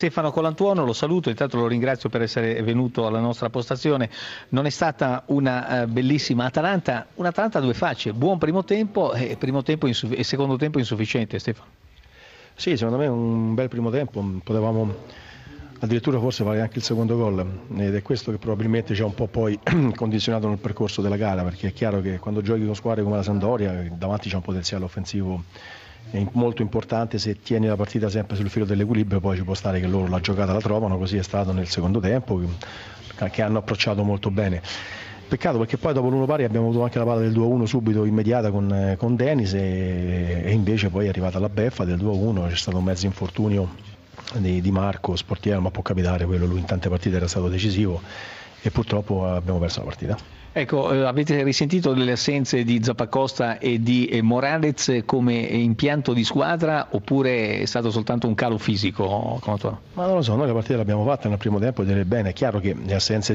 Stefano Colantuono, lo saluto, intanto lo ringrazio per essere venuto alla nostra postazione. Non è stata una bellissima Atalanta, un'Atalanta a due facce, buon primo tempo e secondo tempo insufficiente, Stefano. Sì, secondo me un bel primo tempo, potevamo addirittura forse fare anche il secondo gol ed è questo che probabilmente ci ha un po' poi condizionato nel percorso della gara, perché è chiaro che quando giochi con squadre come la Sampdoria davanti c'è un potenziale offensivo molto importante. Se tieni la partita sempre sul filo dell'equilibrio poi ci può stare che loro la giocata la trovano, così è stato nel secondo tempo, che hanno approcciato molto bene. Peccato perché poi dopo l'1 pari abbiamo avuto anche la palla del 2-1 subito immediata con Denis e invece poi è arrivata la beffa del 2-1, c'è stato un mezzo infortunio di Marco Sportiero, ma può capitare, quello, lui in tante partite era stato decisivo e purtroppo abbiamo perso la partita. Ecco, avete risentito delle assenze di Zappacosta e di Morales come impianto di squadra oppure è stato soltanto un calo fisico? Ma non lo so, noi la partita l'abbiamo fatta nel primo tempo, direi bene. È chiaro che le assenze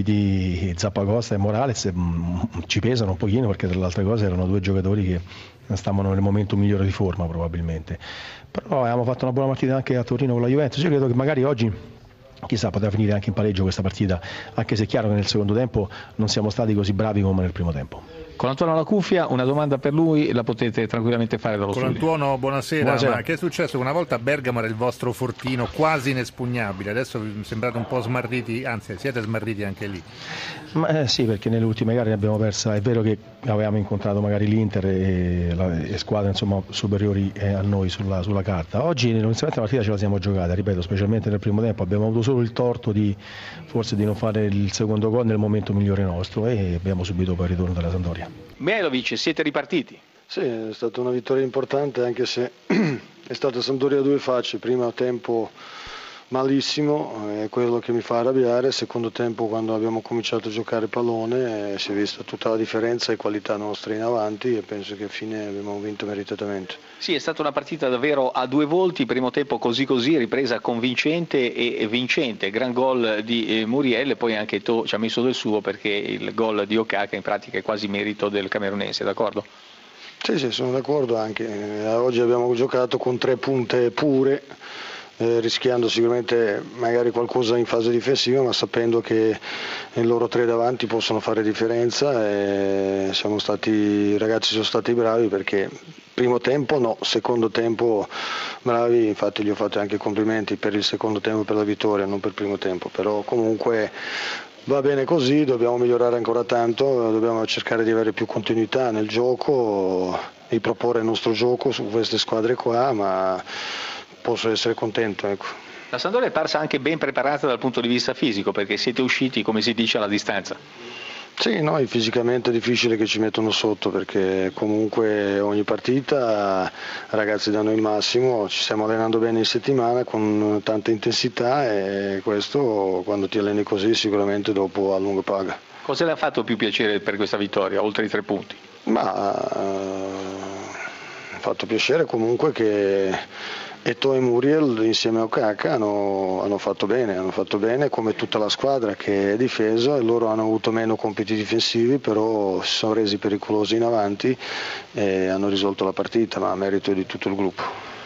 di Zappacosta e Morales ci pesano un pochino, perché tra le altre cose erano due giocatori che stavano nel momento migliore di forma probabilmente, però avevamo fatto una buona partita anche a Torino con la Juventus. Io credo che magari oggi, chissà, potrà finire anche in pareggio questa partita, anche se è chiaro che nel secondo tempo non siamo stati così bravi come nel primo tempo. Colantuono alla cuffia, una domanda per lui, la potete tranquillamente fare dallo studio. Colantuono, buonasera. Ma che è successo? Una volta Bergamo era il vostro fortino quasi inespugnabile, adesso vi sembrate un po' smarriti, anzi siete smarriti anche lì. Sì, perché nelle ultime gare ne abbiamo persa. È vero che avevamo incontrato magari l'Inter e squadre insomma superiori a noi sulla carta. Oggi onestamente la partita ce la siamo giocata, ripeto, specialmente nel primo tempo abbiamo avuto solo il torto forse di non fare il secondo gol nel momento migliore nostro e abbiamo subito poi il ritorno della Sampdoria. Mihajlovic, siete ripartiti? Sì, è stata una vittoria importante, anche se è stata Sampdoria a due facce. Primo tempo malissimo, è quello che mi fa arrabbiare. Secondo tempo, quando abbiamo cominciato a giocare pallone, si è vista tutta la differenza e qualità nostra in avanti e penso che alla fine abbiamo vinto meritatamente. Sì, è stata una partita davvero a due volti, primo tempo così, ripresa convincente e vincente, gran gol di Muriel e poi anche ci ha messo del suo, perché il gol di Okaka in pratica è quasi merito del camerunese, d'accordo? Sì, sono d'accordo anche. Oggi abbiamo giocato con 3 punte pure, rischiando sicuramente magari qualcosa in fase difensiva, ma sapendo che i loro 3 davanti possono fare differenza e i ragazzi sono stati bravi, perché primo tempo no, secondo tempo bravi, infatti gli ho fatto anche complimenti per il secondo tempo, per la vittoria, non per il primo tempo, però comunque va bene così, dobbiamo migliorare ancora tanto, dobbiamo cercare di avere più continuità nel gioco, di proporre il nostro gioco su queste squadre qua, ma posso essere contento, ecco. La Sampdoria è parsa anche ben preparata dal punto di vista fisico, perché siete usciti, come si dice, alla distanza. Sì, noi fisicamente è difficile che ci mettono sotto, perché comunque ogni partita i ragazzi danno il massimo, ci stiamo allenando bene in settimana con tanta intensità e questo, quando ti alleni così, sicuramente dopo a lungo paga. Cosa le ha fatto più piacere per questa vittoria, oltre i 3 punti? Ha fatto piacere comunque che Eto'o e Muriel insieme a Okaka hanno fatto bene come tutta la squadra che è difesa, e loro hanno avuto meno compiti difensivi, però si sono resi pericolosi in avanti e hanno risolto la partita, ma a merito di tutto il gruppo.